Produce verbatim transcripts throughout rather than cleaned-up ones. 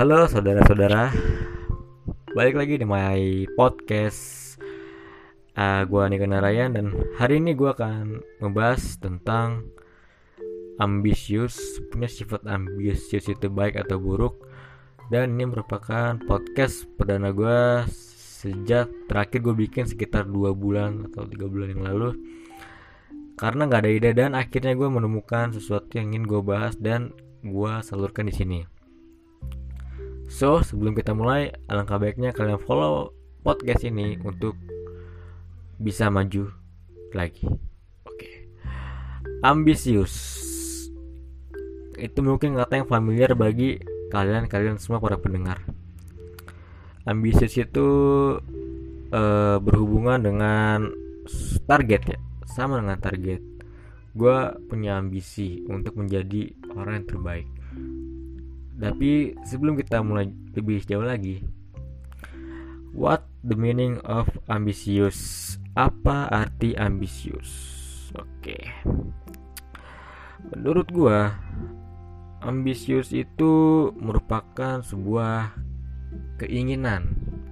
Halo saudara-saudara, balik lagi di my podcast. uh, Gue Nika Narayan dan hari ini gue akan membahas tentang ambisius. Punya sifat ambisius itu baik atau buruk. Dan ini merupakan podcast perdana gue sejak terakhir gue bikin sekitar dua bulan atau tiga bulan yang lalu. Karena gak ada ide dan akhirnya gue menemukan sesuatu yang ingin gue bahas dan gue salurkan di sini. So, sebelum kita mulai, alangkah baiknya kalian follow podcast ini untuk bisa maju lagi. Oke. Ambisius. Itu mungkin kata yang familiar bagi kalian-kalian semua para pendengar. Ambisius itu uh, berhubungan dengan target ya, sama dengan target. Gue punya ambisi untuk menjadi orang yang terbaik. Tapi sebelum kita mulai lebih jauh lagi, what the meaning of ambisius? Apa arti ambisius? Oke. Menurut gua, ambisius itu merupakan sebuah keinginan.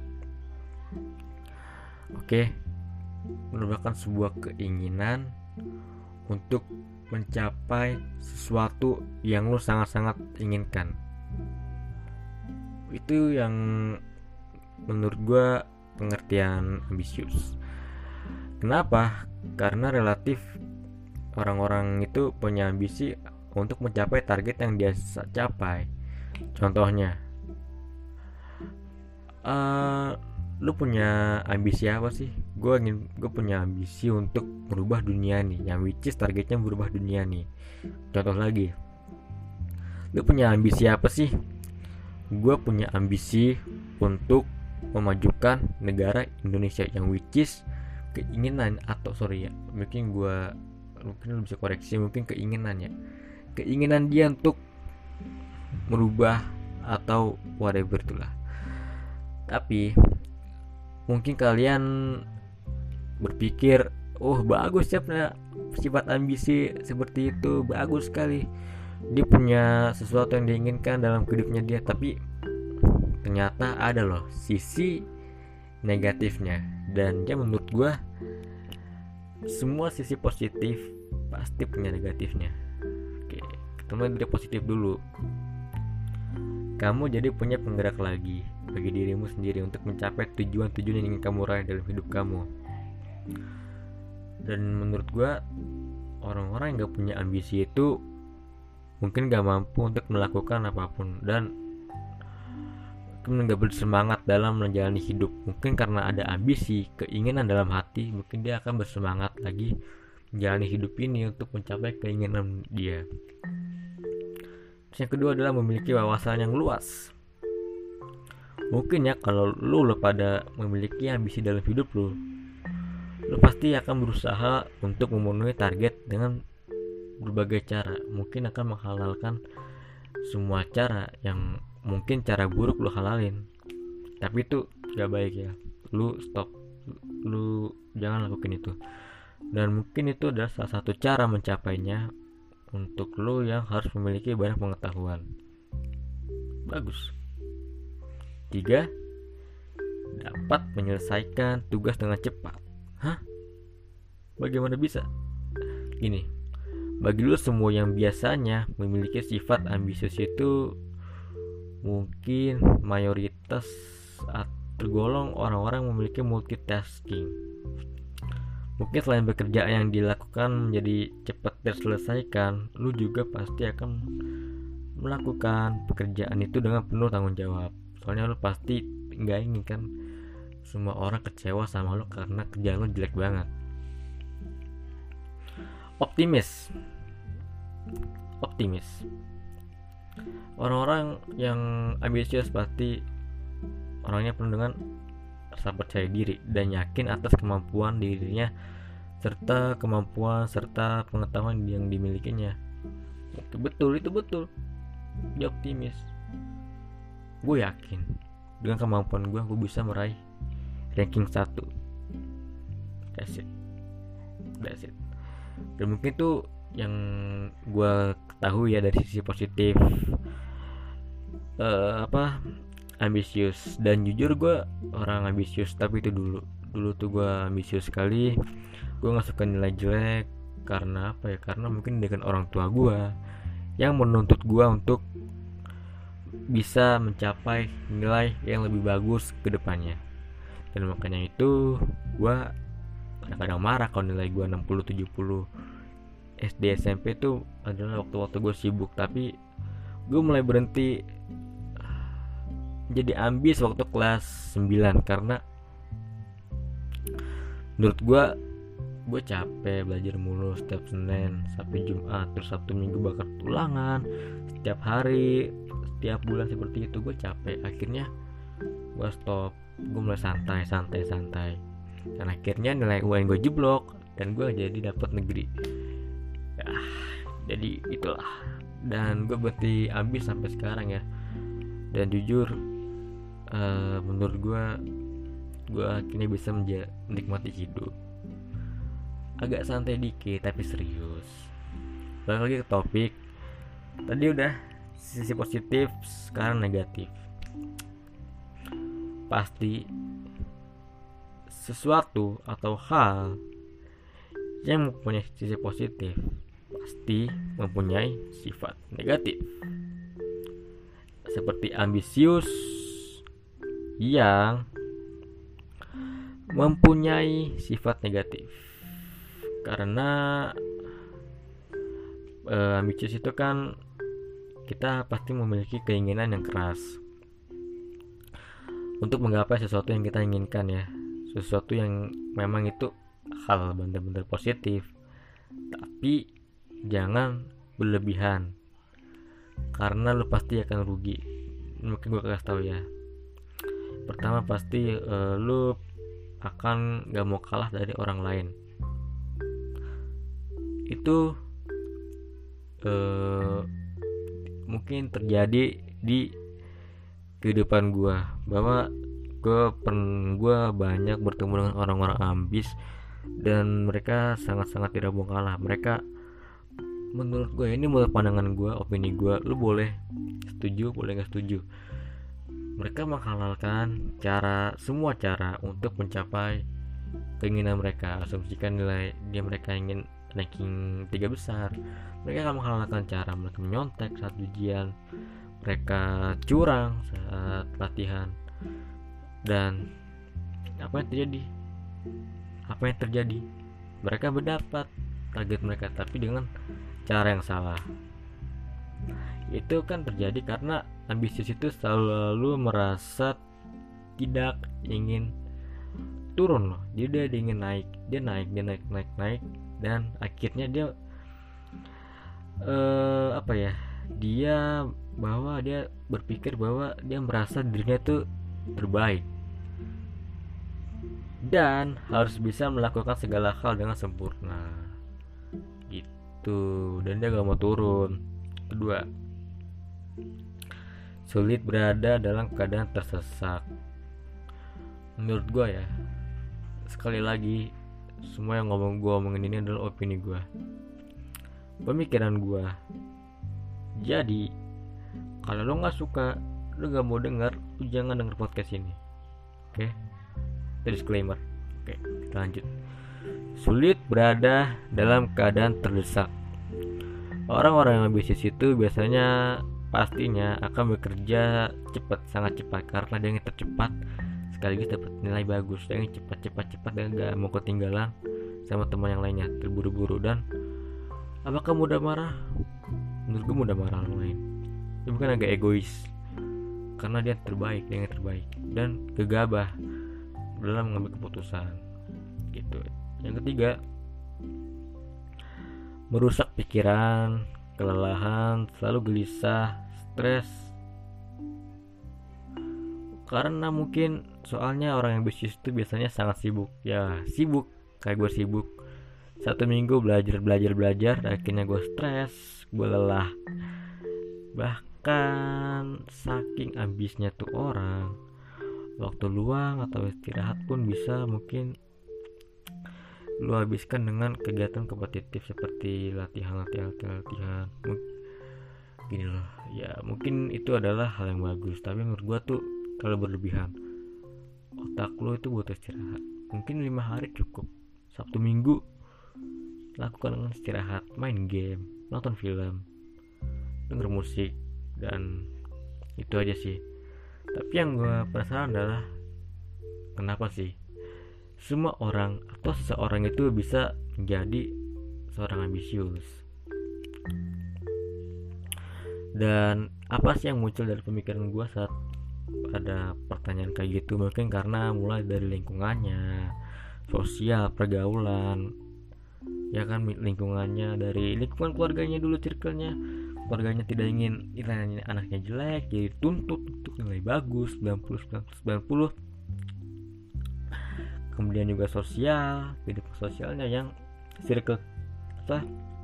Oke. Merupakan sebuah keinginan untuk mencapai sesuatu yang lu sangat-sangat inginkan. Itu yang menurut gue pengertian ambisius. Kenapa? Karena relatif orang-orang itu punya ambisi untuk mencapai target yang dia capai. Contohnya, uh, lu punya ambisi apa sih? Gue ingin, gue punya ambisi untuk merubah dunia nih, yang which is targetnya merubah dunia nih. Contoh lagi, lu punya ambisi apa sih? Gue punya ambisi untuk memajukan negara Indonesia, yang which is keinginan atau sorry ya mungkin gue mungkin lu bisa koreksi, mungkin keinginan ya keinginan dia untuk merubah atau whatever itulah. Tapi mungkin kalian berpikir, oh bagus ya sifat ambisi seperti itu, bagus sekali, dia punya sesuatu yang diinginkan dalam hidupnya dia. Tapi ternyata ada loh sisi negatifnya. Dan ya menurut gue semua sisi positif pasti punya negatifnya. Oke, kita mulai dari positif dulu. Kamu jadi punya penggerak lagi bagi dirimu sendiri untuk mencapai tujuan-tujuan yang ingin kamu raih dalam hidup kamu. Dan menurut gue orang-orang yang gak punya ambisi itu mungkin gak mampu untuk melakukan apapun dan mungkin gak bersemangat dalam menjalani hidup. Mungkin karena ada ambisi, keinginan dalam hati, mungkin dia akan bersemangat lagi menjalani hidup ini untuk mencapai keinginan dia. Terus yang kedua adalah memiliki wawasan yang luas. Mungkin ya kalau lu, lu pada memiliki ambisi dalam hidup lu, lu pasti akan berusaha untuk memenuhi target dengan berbagai cara. Mungkin akan menghalalkan semua cara yang mungkin cara buruk lu halalin. Tapi itu gak baik ya. Lu stop. Lu jangan lakukan itu. Dan mungkin itu adalah salah satu cara mencapainya untuk lu yang harus memiliki banyak pengetahuan. Bagus. Tiga, dapat menyelesaikan tugas dengan cepat. Hah? Bagaimana bisa? Gini, bagi lu semua yang biasanya memiliki sifat ambisius itu mungkin mayoritas tergolong orang-orang memiliki multitasking. Mungkin selain pekerjaan yang dilakukan menjadi cepat terselesaikan, lu juga pasti akan melakukan pekerjaan itu dengan penuh tanggung jawab. Soalnya lu pasti gak ingin kan semua orang kecewa sama lu karena kerjaan lu jelek banget. Optimis. Optimis. Orang-orang yang ambisius pasti orangnya penuh dengan rasa percaya diri dan yakin atas kemampuan dirinya serta kemampuan serta pengetahuan yang dimilikinya. Itu betul, itu betul. Dia optimis. Gue yakin dengan kemampuan gue, gue bisa meraih ranking satu. That's it. That's it. Dan mungkin tuh yang gue ketahui ya dari sisi positif uh, apa ambisius. Dan jujur gue orang ambisius, tapi itu dulu dulu tuh gue ambisius sekali. Gue nggak suka nilai jelek. Karena apa ya, karena mungkin dengan orang tua gue yang menuntut gue untuk bisa mencapai nilai yang lebih bagus ke depannya. Dan makanya itu gue kadang-kadang marah kalau nilai gue enam puluh tujuh puluh. S D S M P itu adalah waktu-waktu gue sibuk, tapi gue mulai berhenti jadi ambis waktu kelas sembilan. Karena menurut gue gue capek belajar mulu setiap Senin sampai Jumat, terus Sabtu Minggu bakal ulangan setiap hari, setiap bulan seperti itu. Gue capek, akhirnya gue stop. Gue mulai santai santai santai dan akhirnya nilai U N gue jeblok dan gue jadi dapat negeri ya, jadi itulah. Dan gue berhenti ambis sampai sekarang ya. Dan jujur uh, menurut gue gue akhirnya bisa menja- menikmati hidup agak santai dikit tapi serius. Balik lagi ke topik tadi, udah sisi positif, sekarang negatif. Pasti sesuatu atau hal yang mempunyai sisi positif pasti mempunyai sifat negatif. Seperti ambisius yang mempunyai sifat negatif. Karena e, ambisius itu kan kita pasti memiliki keinginan yang keras untuk menggapai sesuatu yang kita inginkan ya, sesuatu yang memang itu hal benar-benar positif, tapi jangan berlebihan karena lu pasti akan rugi. Mungkin gue kasih tahu ya. Pertama pasti uh, lu akan gak mau kalah dari orang lain. Itu uh, mungkin terjadi di kehidupan gue, bahwa gue pernah gue banyak bertemu dengan orang-orang ambis dan mereka sangat-sangat tidak mau kalah. Mereka, menurut gue, ini menurut pandangan gue, opini gue, lu boleh setuju boleh nggak setuju, mereka menghalalkan cara semua cara untuk mencapai keinginan mereka. Asumsikan nilai dia mereka ingin ranking tiga besar, mereka akan menghalalkan cara mereka menyontek saat ujian, mereka curang saat latihan. Dan apa yang terjadi? Apa yang terjadi? Mereka mendapat target mereka tapi dengan cara yang salah. Itu kan terjadi karena ambisius itu selalu merasa tidak ingin turun loh. Jadi dia ingin naik, dia naik, dia naik, naik, naik, dan akhirnya dia eh, apa ya? Dia bahwa dia berpikir bahwa dia merasa dirinya tuh terbaik dan harus bisa melakukan segala hal dengan sempurna gitu, dan dia gak mau turun. Kedua, sulit berada dalam keadaan tersesat. Menurut gue ya, sekali lagi, semua yang ngomong gue omongin ini adalah opini gue, pemikiran gue. Jadi kalau lo nggak suka, lo nggak mau dengar, lo jangan denger podcast ini. Oke, okay? Disclaimer. Oke, okay, kita lanjut. Sulit berada dalam keadaan terdesak. Orang-orang yang ambisius itu biasanya pastinya akan bekerja cepat, sangat cepat, karena dia ingin tercepat sekaligus dapat nilai bagus. Dia ingin cepat, cepat, cepat dan nggak mau ketinggalan sama teman yang lainnya, terburu-buru. Dan apakah mudah marah? Menurut gue mudah marah orang lain. Dia bukan agak egois, karena dia terbaik, dia yang terbaik, dan gegabah dalam mengambil keputusan gitu. Yang ketiga, merusak pikiran, kelelahan, selalu gelisah, stres. Karena mungkin soalnya orang yang ambisius itu biasanya sangat sibuk. Ya sibuk, kayak gue sibuk satu minggu belajar belajar belajar, akhirnya gue stres, gue lelah. Bahkan saking ambisnya tuh orang, waktu luang atau istirahat pun bisa mungkin lu habiskan dengan kegiatan kompetitif seperti latihan latihan latihan, latihan. gini loh, ya mungkin itu adalah hal yang bagus, tapi menurut gua tuh kalau berlebihan. Otak lo itu butuh istirahat, mungkin lima hari cukup. Sabtu Minggu lakukan dengan istirahat, main game, nonton film, denger musik, dan itu aja sih. Tapi yang gue penasaran adalah kenapa sih semua orang atau seseorang itu bisa menjadi seorang ambisius, dan apa sih yang muncul dari pemikiran gue saat ada pertanyaan kayak gitu? Mungkin karena mulai dari lingkungannya, sosial, pergaulan, ya kan, lingkungannya dari lingkungan keluarganya dulu, circle-nya. Keluarganya tidak ingin nilainya anaknya jelek, jadi tuntut untuk nilai bagus sembilan puluh sembilan puluh. Kemudian juga sosial, kehidupan sosialnya yang circle apa,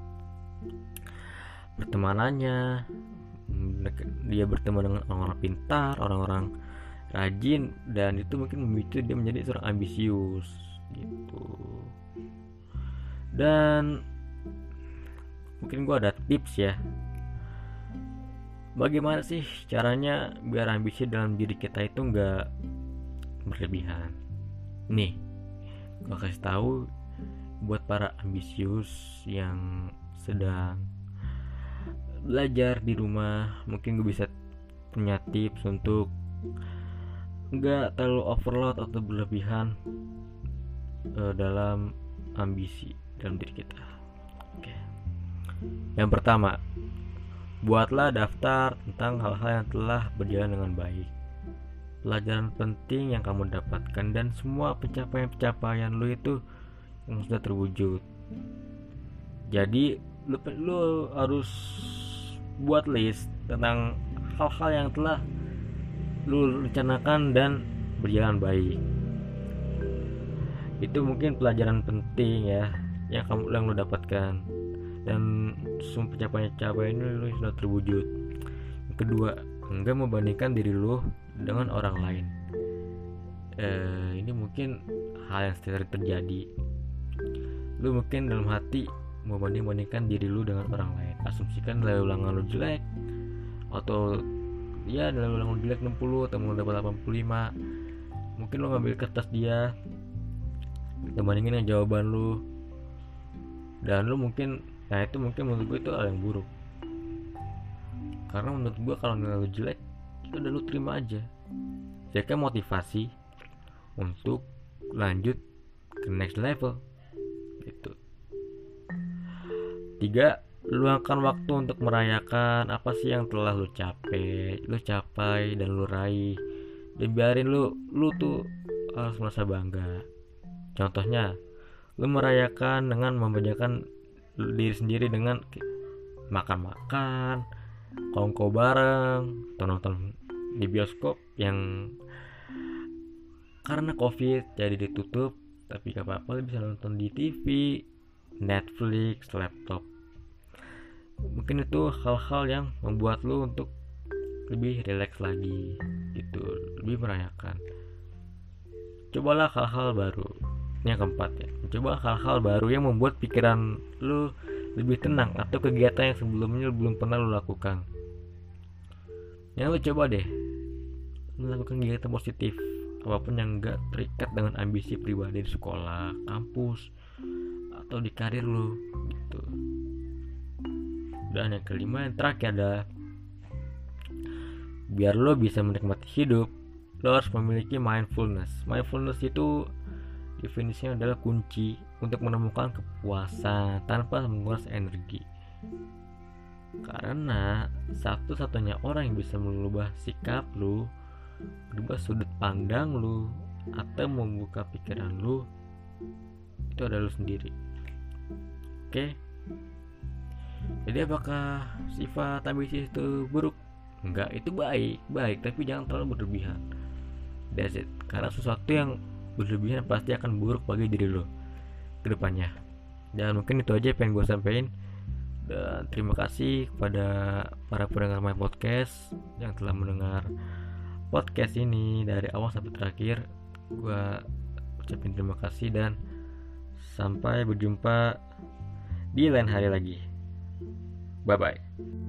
pertemanannya, dia bertemu dengan orang-orang pintar, orang-orang rajin, dan itu mungkin memicu dia menjadi seorang ambisius gitu. Dan mungkin gue ada tips ya, bagaimana sih caranya biar ambisi dalam diri kita itu nggak berlebihan. Nih, gue kasih tahu buat para ambisius yang sedang belajar di rumah, mungkin gue bisa punya tips untuk nggak terlalu overload atau berlebihan uh, dalam ambisi dalam diri kita. Oke. Yang pertama, buatlah daftar tentang hal-hal yang telah berjalan dengan baik, pelajaran penting yang kamu dapatkan, dan semua pencapaian-pencapaian lu itu yang sudah terwujud. Jadi lu, lu harus buat list tentang hal-hal yang telah lu rencanakan dan berjalan baik. Itu mungkin pelajaran penting ya yang kamu yang lu dapatkan, dan semua pencapaian-pencapaian ini lu sudah terwujud. Yang kedua, enggak membandingkan diri lu dengan orang lain. Eh, ini mungkin hal yang sering terjadi. Lu mungkin dalam hati membanding-bandingkan diri lu dengan orang lain, asumsikan nilai ulangan lu jelek, atau ya nilai ulangan lu jelek enam puluh atau mau dapat delapan puluh lima. Mungkin lu ngambil kertas dia dan bandingin yang jawaban lu, dan lu mungkin, nah itu mungkin menurut gue itu hal yang buruk. Karena menurut gue kalau nilai lu jelek, itu udah lu terima aja, jadi motivasi untuk lanjut ke next level gitu. Tiga, luangkan waktu untuk merayakan apa sih yang telah lu capai, lu capai dan lu raih, dan biarin lu lu tuh harus merasa bangga. Contohnya, lu merayakan dengan membedakan diri sendiri dengan makan-makan, kongko bareng, atau nonton di bioskop yang karena covid jadi ditutup, tapi gak apa-apa, lu bisa nonton di T V, Netflix, laptop. Mungkin itu hal-hal yang membuat lu untuk lebih rileks lagi gitu, lebih merayakan. Cobalah hal-hal baru. Yang keempat ya, coba hal-hal baru yang membuat pikiran lu lebih tenang, atau kegiatan yang sebelumnya belum pernah lu lakukan. Yang lu coba deh melakukan kegiatan positif, apapun yang enggak terikat dengan ambisi pribadi di sekolah, kampus, atau di karir lu gitu. Dan yang kelima, yang terakhir adalah biar lo bisa menikmati hidup, lo harus memiliki mindfulness. Mindfulness itu definisinya adalah kunci untuk menemukan kepuasan tanpa menguras energi. Karena satu-satunya orang yang bisa merubah sikap lu, merubah sudut pandang lu, atau membuka pikiran lu, itu adalah lu sendiri. Oke. Jadi apakah sifat ambisius itu buruk? Enggak, itu baik, baik, tapi jangan terlalu berlebihan. That's it. Karena sesuatu yang berlebihan pasti akan buruk bagi diri lo ke depannya. Dan mungkin itu aja pengen gue sampaikan. Dan terima kasih kepada para pendengar my podcast yang telah mendengar podcast ini dari awal sampai terakhir. Gue ucapin terima kasih dan sampai berjumpa di lain hari lagi. Bye bye.